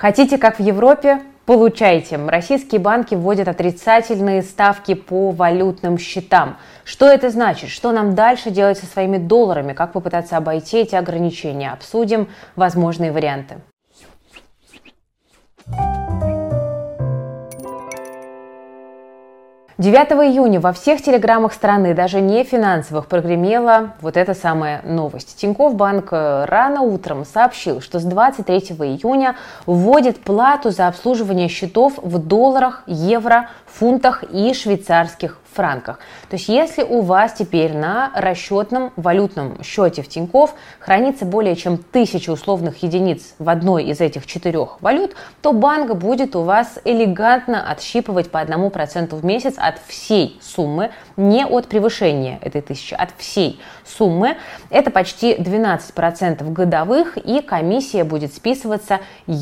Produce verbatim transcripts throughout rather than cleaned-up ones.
Хотите, как в Европе? Получайте. Российские банки вводят отрицательные ставки по валютным счетам. Что это значит? Что нам дальше делать со своими долларами? Как попытаться обойти эти ограничения? Обсудим возможные варианты. девятого июня во всех телеграммах страны, даже не финансовых, прогремела вот эта самая новость. Тинькофф Банк рано утром сообщил, что с двадцать третьего июня вводит плату за обслуживание счетов в долларах, евро, фунтах и швейцарских франках. То есть если у вас теперь на расчетном валютном счете в Тинькофф хранится более чем тысяча условных единиц в одной из этих четырех валют, то банк будет у вас элегантно отщипывать по одному проценту в месяц от всей суммы, не от превышения этой тысячи, от всей суммы. Это почти двенадцать процентов годовых, и комиссия будет списываться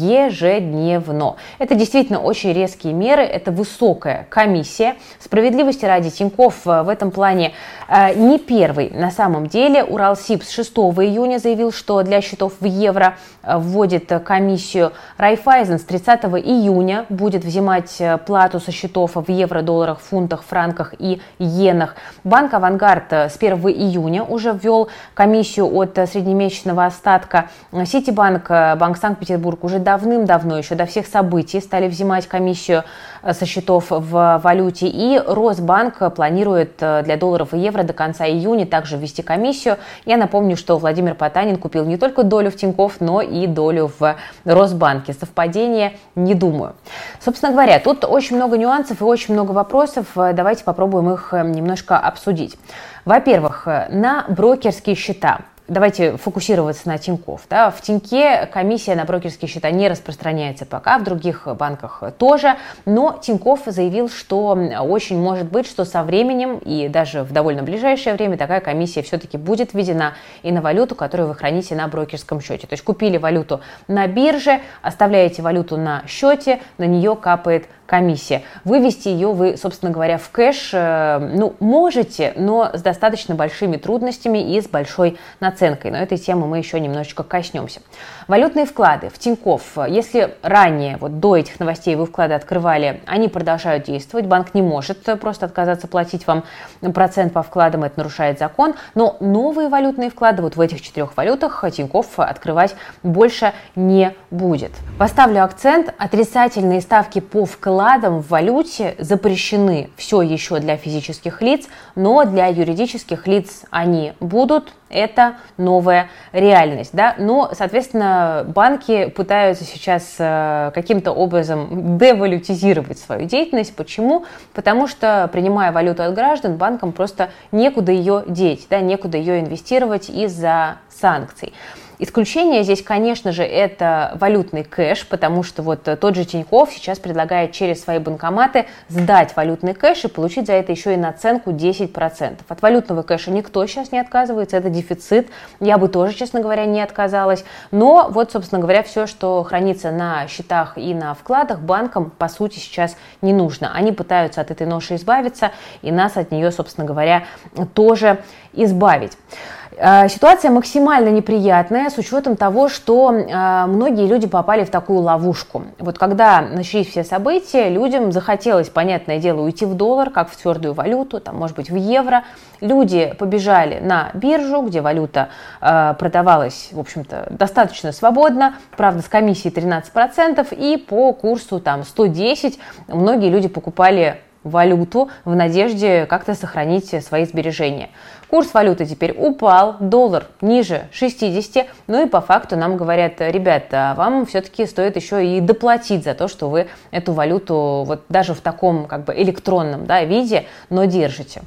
ежедневно. Это действительно очень резкие меры, это высокая комиссия. Справедливости ради, Тинькофф в этом плане э, не первый. На самом деле Уралсиб с шестого июня заявил, что для счетов в евро э, вводит комиссию. Райфайзен с тридцатого июня будет взимать плату со счетов в евро, долларах, фунтах, франках и иенах. Банк «Авангард» с первого июня уже ввел комиссию от среднемесячного остатка. Ситибанк, Банк Санкт-Петербург уже давным-давно, еще до всех событий, стали взимать комиссию со счетов в валюте. И Росбанк планирует для долларов и евро до конца июня также ввести комиссию. Я напомню, что Владимир Потанин купил не только долю в Тинькофф, но и долю в Росбанке. Совпадение? Не думаю. Собственно говоря, тут очень много нюансов и очень много вопросов. Давайте попробуем их немножко обсудить. Во-первых, на брокерские счета. Давайте фокусироваться на Тинькофф. Да. В Тиньке комиссия на брокерские счета не распространяется пока, в других банках тоже, но Тинькофф заявил, что очень может быть, что со временем и даже в довольно ближайшее время такая комиссия все-таки будет введена и на валюту, которую вы храните на брокерском счете. То есть купили валюту на бирже, оставляете валюту на счете, на нее капает комиссия. Вывести ее вы, собственно говоря, в кэш, ну, можете, но с достаточно большими трудностями и с большой наценкой. Но этой темы мы еще немножечко коснемся. Валютные вклады в Тинькофф, если ранее, вот до этих новостей вы вклады открывали, они продолжают действовать. Банк не может просто отказаться платить вам процент по вкладам, это нарушает закон. Но новые валютные вклады вот в этих четырех валютах Тинькофф открывать больше не будет. Поставлю акцент: отрицательные ставки по вкладам в валюте запрещены все еще для физических лиц, но для юридических лиц они будут. Это новая реальность, да? Но, соответственно, банки пытаются сейчас э, каким-то образом девалютизировать свою деятельность. Почему? Потому что, принимая валюту от граждан, банкам просто некуда ее деть, да? Некуда ее инвестировать из-за санкций. Исключение здесь, конечно же, это валютный кэш, потому что вот тот же Тинькофф сейчас предлагает через свои банкоматы сдать валютный кэш и получить за это еще и наценку десять процентов. От валютного кэша никто сейчас не отказывается, это дефицит. Я бы тоже, честно говоря, не отказалась. Но вот, собственно говоря, все, что хранится на счетах и на вкладах, банкам, по сути, сейчас не нужно. Они пытаются от этой ноши избавиться и нас от нее, собственно говоря, тоже избавить. Ситуация максимально неприятная с учетом того, что э, многие люди попали в такую ловушку. Вот когда начались все события, людям захотелось, понятное дело, уйти в доллар, как в твердую валюту, там, может быть, в евро. Люди побежали на биржу, где валюта э, продавалась, в общем-то, достаточно свободно, правда, с комиссией тринадцать процентов, и по курсу там сто десять многие люди покупали валюту в надежде как-то сохранить свои сбережения. Курс валюты теперь упал, доллар ниже шестидесяти, ну и по факту нам говорят: ребята, вам все-таки стоит еще и доплатить за то, что вы эту валюту вот даже в таком как бы электронном, да, виде, но держите.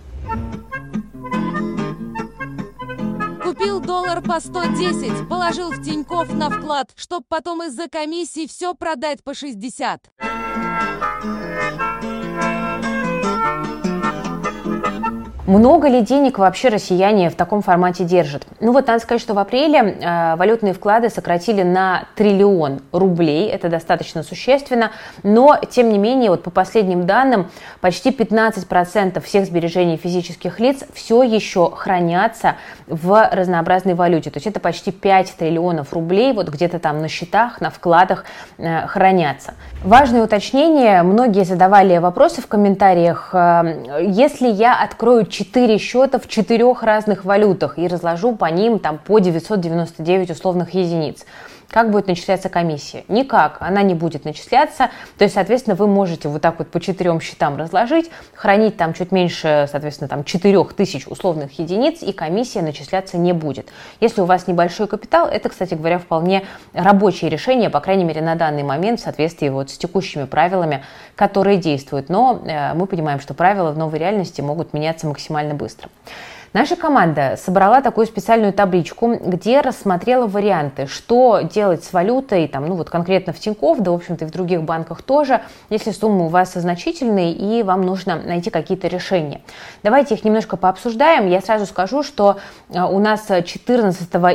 Купил доллар по сто десять, положил в Тинькофф на вклад, чтоб потом из-за комиссии все продать по шестьдесят. Много ли денег вообще россияне в таком формате держат? Ну вот надо сказать, что в апреле э, валютные вклады сократили на триллион рублей. Это достаточно существенно. Но, тем не менее, вот по последним данным, почти пятнадцать процентов всех сбережений физических лиц все еще хранятся в разнообразной валюте. То есть это почти пять триллионов рублей вот где-то там на счетах, на вкладах э, хранятся. Важное уточнение. Многие задавали вопросы в комментариях. Э, если я открою четыре счета в четырех разных валютах и разложу по ним там по девятьсот девяносто девять условных единиц, как будет начисляться комиссия? Никак, она не будет начисляться. То есть, соответственно, вы можете вот так вот по четырем счетам разложить, хранить там чуть меньше, соответственно, там четырех тысяч условных единиц, и комиссия начисляться не будет. Если у вас небольшой капитал, это, кстати говоря, вполне рабочее решение, по крайней мере, на данный момент, в соответствии вот с текущими правилами, которые действуют. Но э, мы понимаем, что правила в новой реальности могут меняться максимально быстро. Наша команда собрала такую специальную табличку, где рассмотрела варианты, что делать с валютой, там, ну вот конкретно в Тинькофф, да, в общем-то, и в других банках тоже, если суммы у вас значительные и вам нужно найти какие-то решения. Давайте их немножко пообсуждаем. Я сразу скажу, что у нас четырнадцатого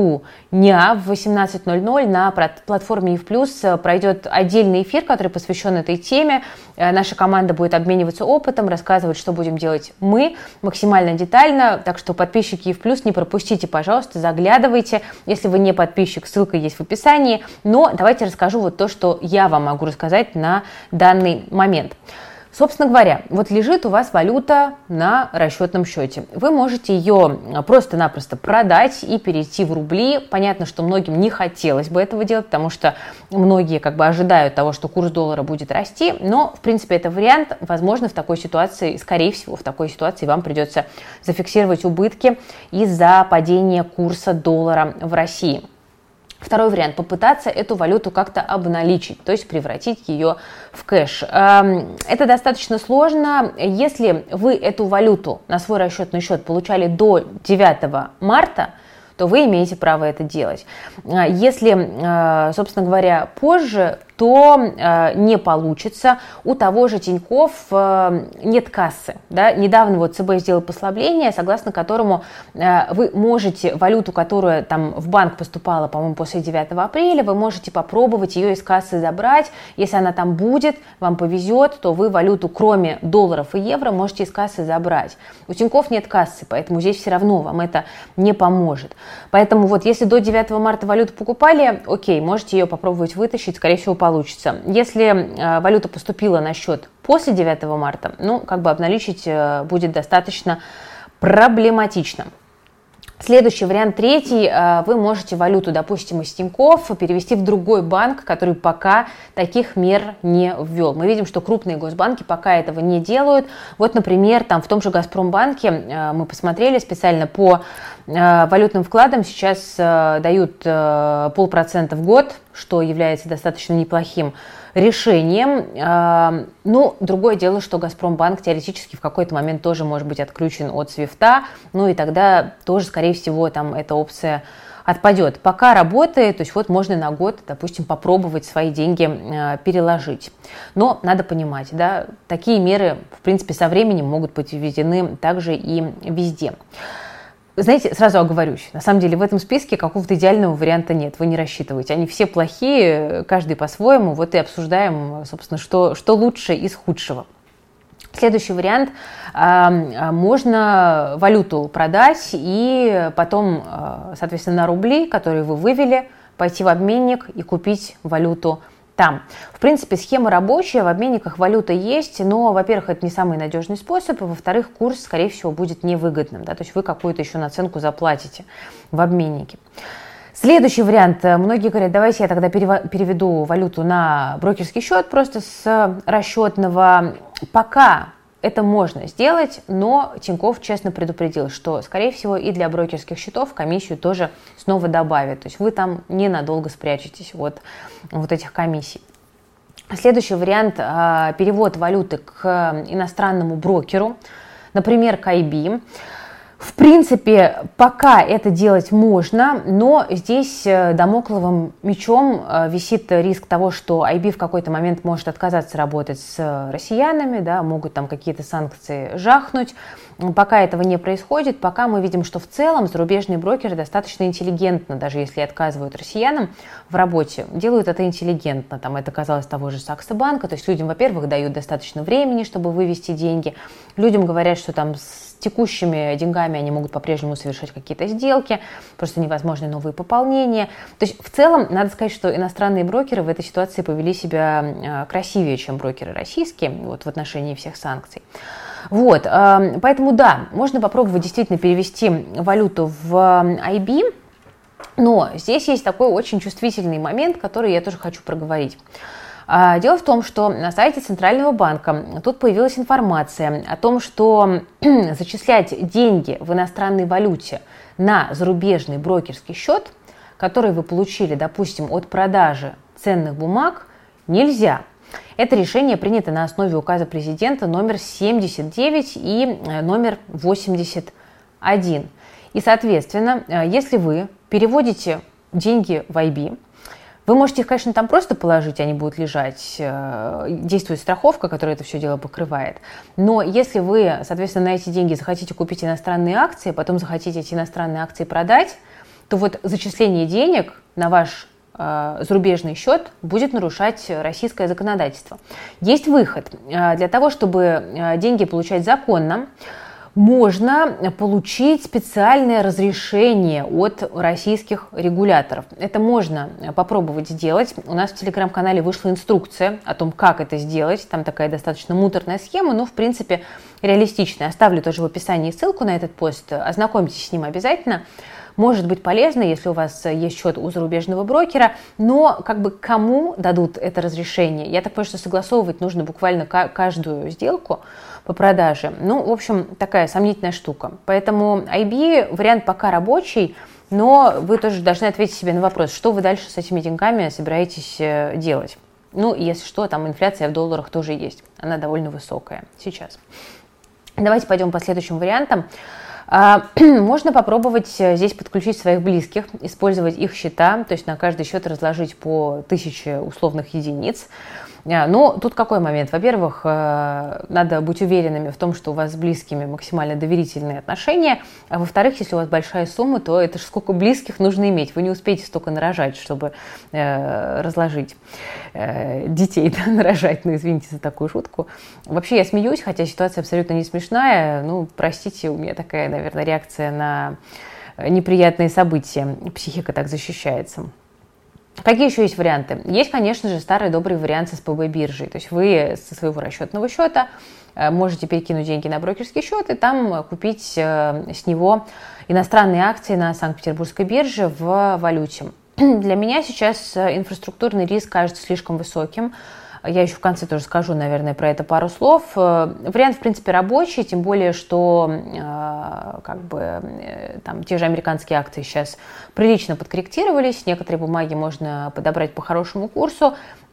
июня в восемнадцать ноль ноль на платформе ИФ+, пройдет отдельный эфир, который посвящен этой теме. Наша команда будет обмениваться опытом, рассказывать, что будем делать мы, максимально детально. Так что подписчики ИФ+, не пропустите, пожалуйста, заглядывайте. Если вы не подписчик, ссылка есть в описании. Но давайте расскажу вот то, что я вам могу рассказать на данный момент. Собственно говоря, вот лежит у вас валюта на расчетном счете. Вы можете ее просто-напросто продать и перейти в рубли. Понятно, что многим не хотелось бы этого делать, потому что многие как бы ожидают того, что курс доллара будет расти. Но, в принципе, это вариант. Возможно, в такой ситуации, скорее всего, в такой ситуации вам придется зафиксировать убытки из-за падения курса доллара в России. Второй вариант – попытаться эту валюту как-то обналичить, то есть превратить ее в кэш. Это достаточно сложно. Если вы эту валюту на свой расчетный счет получали до девятого марта, то вы имеете право это делать. Если, собственно говоря, позже, то э, не получится. У того же Тинькофф э, нет кассы. Да? Недавно вот ЦБ сделал послабление, согласно которому э, вы можете валюту, которая там в банк поступала, по-моему, после девятого апреля, вы можете попробовать ее из кассы забрать. Если она там будет, вам повезет, то вы валюту, кроме долларов и евро, можете из кассы забрать. У Тинькофф нет кассы, поэтому здесь все равно вам это не поможет. Поэтому вот если до девятого марта валюту покупали, окей, можете ее попробовать вытащить, скорее всего, получится. Если э, валюта поступила на счет после девятого марта, ну, как бы обналичить э, будет достаточно проблематично. Следующий вариант, третий, э, вы можете валюту, допустим, из Тинькофф перевести в другой банк, который пока таких мер не ввел. Мы видим, что крупные госбанки пока этого не делают. Вот, например, там в том же Газпромбанке э, мы посмотрели специально по э, валютным вкладам, сейчас э, дают э, полпроцента в год, что является достаточно неплохим решением. Ну, другое дело, что Газпромбанк теоретически в какой-то момент тоже может быть отключен от свифта, ну и тогда тоже, скорее всего, там эта опция отпадет. Пока работает, то есть вот можно на год, допустим, попробовать свои деньги переложить. Но надо понимать, да, такие меры, в принципе, со временем могут быть введены также и везде. Знаете, сразу оговорюсь, на самом деле в этом списке какого-то идеального варианта нет, вы не рассчитывайте. Они все плохие, каждый по-своему, вот и обсуждаем, собственно, что, что лучше из худшего. Следующий вариант. Можно валюту продать и потом, соответственно, на рубли, которые вы вывели, пойти в обменник и купить валюту там. В принципе, схема рабочая, в обменниках валюта есть, но, во-первых, это не самый надежный способ, и, во-вторых, курс, скорее всего, будет невыгодным, да, то есть вы какую-то еще наценку заплатите в обменнике. Следующий вариант. Многие говорят, давайте я тогда переведу валюту на брокерский счет просто с расчетного. Пока это можно сделать, но Тинькофф честно предупредил, что, скорее всего, и для брокерских счетов комиссию тоже снова добавят. То есть вы там ненадолго спрячетесь от вот этих комиссий. Следующий вариант – перевод валюты к иностранному брокеру, например, к ай би. В принципе, пока это делать можно, но здесь дамокловым мечом висит риск того, что ай би в какой-то момент может отказаться работать с россиянами, да, могут там какие-то санкции жахнуть. пока этого не происходит, пока мы видим, что в целом зарубежные брокеры достаточно интеллигентно, даже если отказывают россиянам в работе, делают это интеллигентно. Там это казалось того же Сакса банка, то есть людям, во-первых, дают достаточно времени, чтобы вывести деньги, людям говорят, что там с текущими деньгами они могут по-прежнему совершать какие-то сделки, просто невозможны новые пополнения. То есть в целом надо сказать, что иностранные брокеры в этой ситуации повели себя красивее, чем брокеры российские, вот, в отношении всех санкций. Вот, поэтому да, можно попробовать действительно перевести валюту в ай би, но здесь есть такой очень чувствительный момент, который я тоже хочу проговорить. Дело в том, что на сайте Центрального банка тут появилась информация о том, что зачислять деньги в иностранной валюте на зарубежный брокерский счет, который вы получили, допустим, от продажи ценных бумаг, нельзя. Это решение принято на основе указа президента номер семьдесят девять и номер восемьдесят один. И, соответственно, если вы переводите деньги в ай би, вы можете их, конечно, там просто положить, они будут лежать, действует страховка, которая это все дело покрывает. Но если вы, соответственно, на эти деньги захотите купить иностранные акции, потом захотите эти иностранные акции продать, то вот зачисление денег на ваш э, зарубежный счет будет нарушать российское законодательство. Есть выход. Для того, чтобы деньги получать законно, можно получить специальное разрешение от российских регуляторов. Это можно попробовать сделать. У нас в телеграм-канале вышла инструкция о том, как это сделать. Там такая достаточно муторная схема, но в принципе реалистичная. Оставлю тоже в описании ссылку на этот пост. Ознакомьтесь с ним обязательно. Может быть полезно, если у вас есть счет у зарубежного брокера, но как бы кому дадут это разрешение? Я так понимаю, что согласовывать нужно буквально каждую сделку по продаже. Ну, в общем, такая сомнительная штука. Поэтому ай би вариант пока рабочий, но вы тоже должны ответить себе на вопрос, что вы дальше с этими деньгами собираетесь делать. Ну, если что, там инфляция в долларах тоже есть. Она довольно высокая сейчас. Давайте пойдем по следующим вариантам. Можно попробовать здесь подключить своих близких, использовать их счета, то есть на каждый счет разложить по тысяче условных единиц. Но тут какой момент? Во-первых, надо быть уверенными в том, что у вас с близкими максимально доверительные отношения. А во-вторых, если у вас большая сумма, то это же сколько близких нужно иметь. Вы не успеете столько нарожать, чтобы э, разложить э, детей, да, нарожать. Ну, извините за такую шутку. Вообще я смеюсь, хотя ситуация абсолютно не смешная. Ну, простите, у меня такая, наверное, реакция на неприятные события. Психика так защищается. Какие еще есть варианты? Есть, конечно же, старый добрый вариант с эс пэ бэ-биржей. То есть вы со своего расчетного счета можете перекинуть деньги на брокерский счет и там купить с него иностранные акции на Санкт-Петербургской бирже в валюте. Для меня сейчас инфраструктурный риск кажется слишком высоким. Я еще в конце тоже скажу, наверное, про это пару слов. Вариант, в принципе, рабочий, тем более, что э, как бы, э, там, те же американские акции сейчас прилично подкорректировались, некоторые бумаги можно подобрать по хорошему курсу,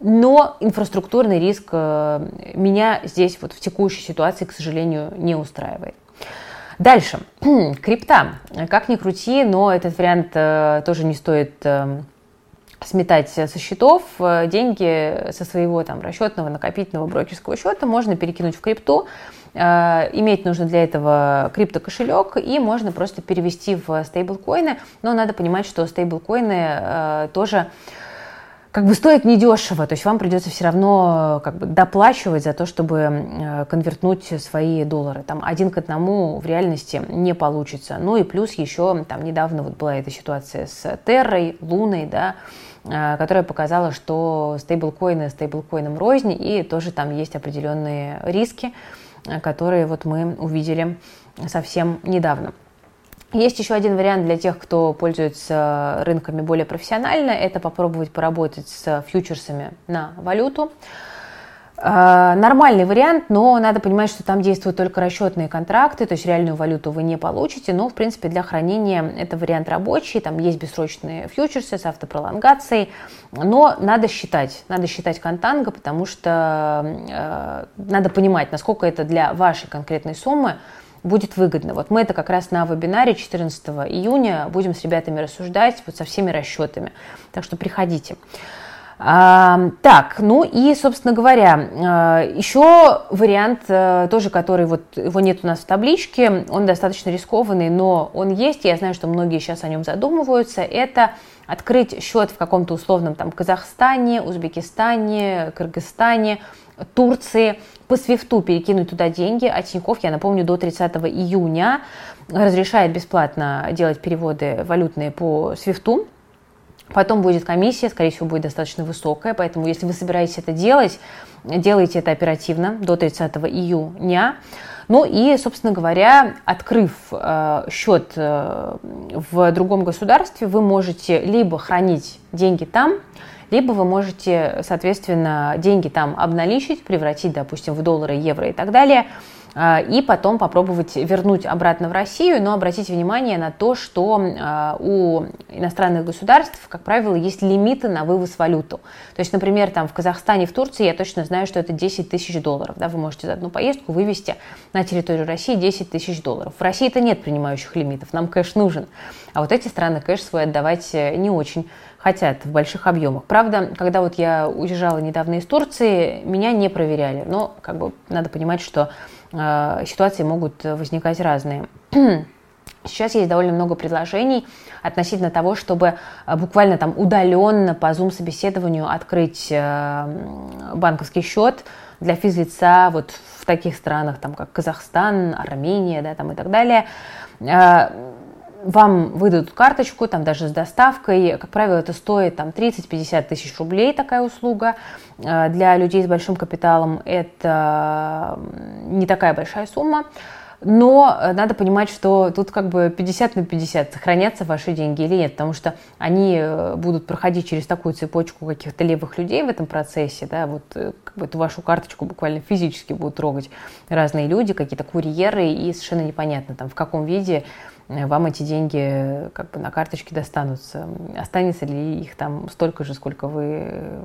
но инфраструктурный риск э, меня здесь вот в текущей ситуации, к сожалению, не устраивает. Дальше. Крипта. Как ни крути, но этот вариант э, тоже не стоит... Э, сметать со счетов. Деньги со своего там расчетного, накопительного, брокерского счета можно перекинуть в крипту. Иметь нужно для этого криптокошелек, и можно просто перевести в стейблкоины. Но надо понимать, что стейблкоины тоже как бы стоят недешево, то есть вам придется все равно как бы доплачивать за то, чтобы конвертнуть свои доллары. Там один к одному в реальности не получится. Ну и плюс еще там недавно вот была эта ситуация с Террой, Луной, да, которая показала, что стейблкоины стейблкоинам рознь, и тоже там есть определенные риски, которые вот мы увидели совсем недавно. Есть еще один вариант для тех, кто пользуется рынками более профессионально, это попробовать поработать с фьючерсами на валюту. Нормальный вариант, но надо понимать, что там действуют только расчетные контракты, то есть реальную валюту вы не получите, но, в принципе, для хранения это вариант рабочий, там есть бессрочные фьючерсы с автопролонгацией, но надо считать, надо считать контанго, потому что э, надо понимать, насколько это для вашей конкретной суммы будет выгодно. Вот мы это как раз на вебинаре четырнадцатого июня будем с ребятами рассуждать вот со всеми расчетами, так что приходите. А, так, ну и, собственно говоря, еще вариант тоже, который вот его нет у нас в табличке, он достаточно рискованный, но он есть, я знаю, что многие сейчас о нем задумываются, это открыть счет в каком-то условном там Казахстане, Узбекистане, Кыргызстане, Турции, по свифту перекинуть туда деньги, а Тинькофф, я напомню, до тридцатого июня разрешает бесплатно делать переводы валютные по свифту. Потом будет комиссия, скорее всего, будет достаточно высокая, поэтому если вы собираетесь это делать, делайте это оперативно до тридцатого июня. Ну и, собственно говоря, открыв э, счет э, в другом государстве, вы можете либо хранить деньги там, либо вы можете, соответственно, деньги там обналичить, превратить, допустим, в доллары, евро и так далее, и потом попробовать вернуть обратно в Россию. Но обратите внимание на то, что у иностранных государств, как правило, есть лимиты на вывоз валюты. То есть, например, там в Казахстане, в Турции я точно знаю, что это десять тысяч долларов. Да, вы можете за одну поездку вывести на территорию России десять тысяч долларов. В России-то нет принимающих лимитов, нам кэш нужен. А вот эти страны кэш свой отдавать не очень хотят в больших объемах. Правда, когда вот я уезжала недавно из Турции, меня не проверяли. Но как бы надо понимать, что э, ситуации могут возникать разные. Сейчас есть довольно много предложений относительно того, чтобы буквально там удаленно по зум-собеседованию открыть э, банковский счет для физлица вот в таких странах, там, как Казахстан, Армения, да, там, и так далее. Э, Вам выдадут карточку, там даже с доставкой. Как правило, это стоит там тридцать-пятьдесят тысяч рублей, такая услуга. Для людей с большим капиталом это не такая большая сумма. Но надо понимать, что тут как бы пятьдесят на пятьдесят, сохранятся ваши деньги или нет, потому что они будут проходить через такую цепочку каких-то левых людей в этом процессе, да, вот как бы эту вашу карточку буквально физически будут трогать разные люди, какие-то курьеры, и совершенно непонятно, там, в каком виде вам эти деньги как бы на карточке достанутся, останется ли их там столько же, сколько вы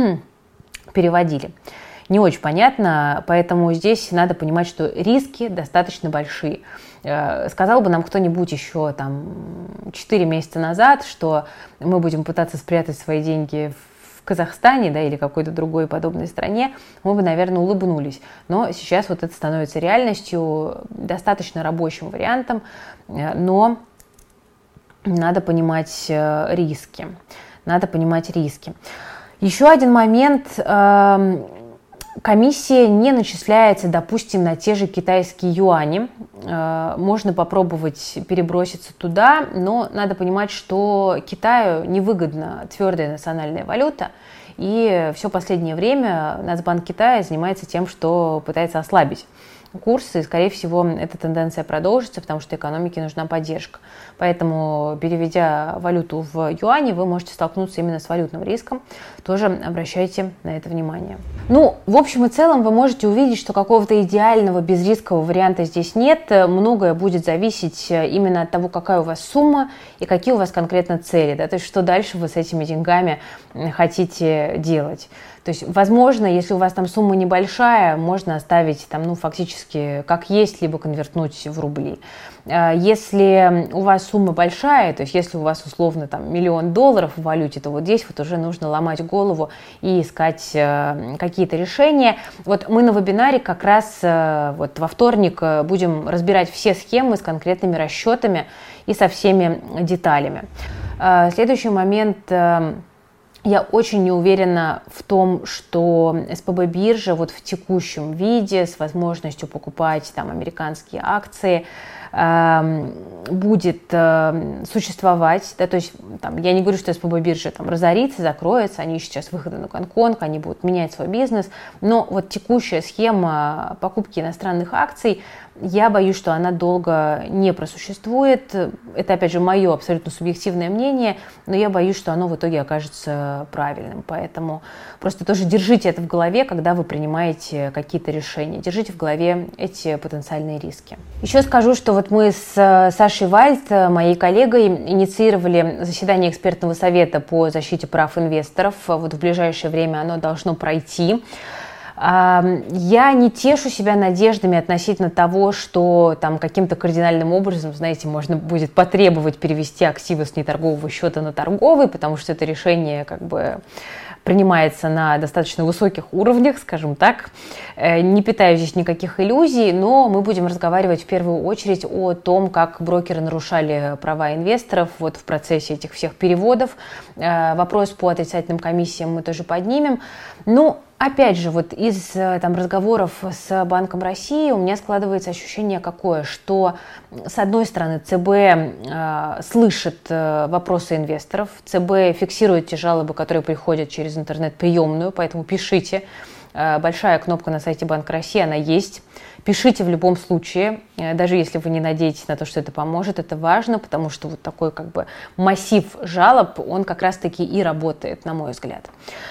переводили. Не очень понятно, поэтому здесь надо понимать, что риски достаточно большие. Сказал бы нам кто-нибудь еще там четыре месяца назад, что мы будем пытаться спрятать свои деньги в Казахстане, да, или какой-то другой подобной стране, мы бы, наверное, улыбнулись. Но сейчас вот это становится реальностью, достаточно рабочим вариантом, но надо понимать риски. Надо понимать риски. Еще один момент. Комиссия не начисляется, допустим, на те же китайские юани. Можно попробовать переброситься туда, но надо понимать, что Китаю невыгодна твердая национальная валюта, и все последнее время Нацбанк Китая занимается тем, что пытается ослабить курсы, и, скорее всего, эта тенденция продолжится, потому что экономике нужна поддержка. Поэтому, переведя валюту в юани, вы можете столкнуться именно с валютным риском. Тоже обращайте на это внимание. Ну, в общем и целом, вы можете увидеть, что какого-то идеального безрискового варианта здесь нет. Многое будет зависеть именно от того, какая у вас сумма и какие у вас конкретно цели. Да? То есть, что дальше вы с этими деньгами хотите делать. То есть, возможно, если у вас там сумма небольшая, можно оставить там, ну, фактически как есть, либо конвертнуть в рубли. Если у вас сумма большая, то есть если у вас условно там миллион долларов в валюте, то вот здесь вот уже нужно ломать голову и искать какие-то решения. Вот мы на вебинаре как раз вот во вторник будем разбирать все схемы с конкретными расчетами и со всеми деталями. Следующий момент. Я очень не уверена в том, что СПБ-биржа вот в текущем виде с возможностью покупать там американские акции э, будет э, существовать. Да, то есть там, я не говорю, что СПБ-биржа там разорится, закроется, они сейчас выходы на Гонконг, они будут менять свой бизнес, но вот текущая схема покупки иностранных акций, я боюсь, что она долго не просуществует. Это, опять же, мое абсолютно субъективное мнение, но я боюсь, что оно в итоге окажется правильным. Поэтому просто тоже держите это в голове, когда вы принимаете какие-то решения. Держите в голове эти потенциальные риски. Еще скажу, что вот мы с Сашей Вальт, моей коллегой, инициировали заседание экспертного совета по защите прав инвесторов. Вот в ближайшее время оно должно пройти. Я не тешу себя надеждами относительно того, что там каким-то кардинальным образом, знаете, можно будет потребовать перевести активы с неторгового счета на торговый, потому что это решение как бы принимается на достаточно высоких уровнях, скажем так. Не питаю здесь никаких иллюзий, но мы будем разговаривать в первую очередь о том, как брокеры нарушали права инвесторов вот в процессе этих всех переводов. Вопрос по отрицательным комиссиям мы тоже поднимем. Ну, опять же, вот из там, разговоров с Банком России у меня складывается ощущение какое, что с одной стороны ЦБ э, слышит э, вопросы инвесторов, ЦБ фиксирует те жалобы, которые приходят через интернет-приемную, поэтому пишите. Э, большая кнопка на сайте Банка России, она есть. Пишите в любом случае, э, даже если вы не надеетесь на то, что это поможет, это важно, потому что вот такой как бы массив жалоб, он как раз-таки и работает, на мой взгляд.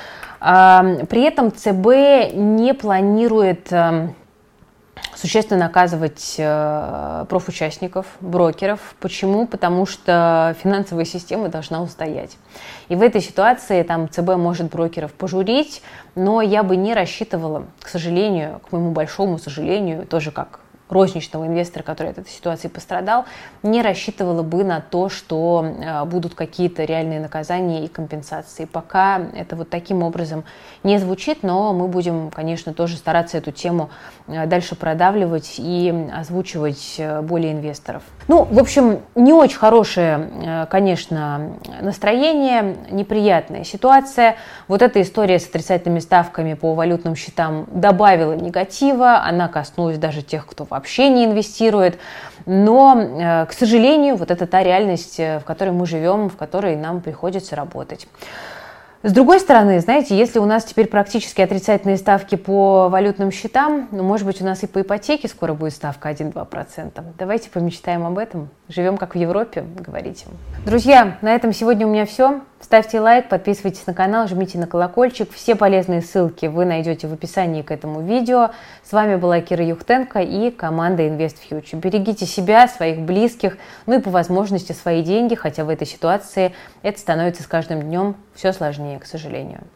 При этом ЦБ не планирует существенно наказывать профучастников, брокеров. Почему? Потому что финансовая система должна устоять. И в этой ситуации там ЦБ может брокеров пожурить, но я бы не рассчитывала, к сожалению, к моему большому сожалению, тоже как розничного инвестора, который от этой ситуации пострадал, не рассчитывала бы на то, что э, будут какие-то реальные наказания и компенсации. Пока это вот таким образом не звучит, но мы будем, конечно, тоже стараться эту тему э, дальше продавливать и озвучивать э, более инвесторов. Ну, в общем, не очень хорошее, э, конечно, настроение, неприятная ситуация. Вот эта история с отрицательными ставками по валютным счетам добавила негатива, она коснулась даже тех, кто вообще не инвестирует. Но, к сожалению, вот это та реальность, в которой мы живем, в которой нам приходится работать. С другой стороны, знаете, если у нас теперь практически отрицательные ставки по валютным счетам, ну, может быть, у нас и по ипотеке скоро будет ставка один-два процента. Давайте помечтаем об этом. Живем как в Европе, говорите. Друзья, на этом сегодня у меня все. Ставьте лайк, подписывайтесь на канал, жмите на колокольчик. Все полезные ссылки вы найдете в описании к этому видео. С вами была Кира Юхтенко и команда Invest Future. Берегите себя, своих близких, ну и по возможности свои деньги, хотя в этой ситуации это становится с каждым днем все сложнее, к сожалению.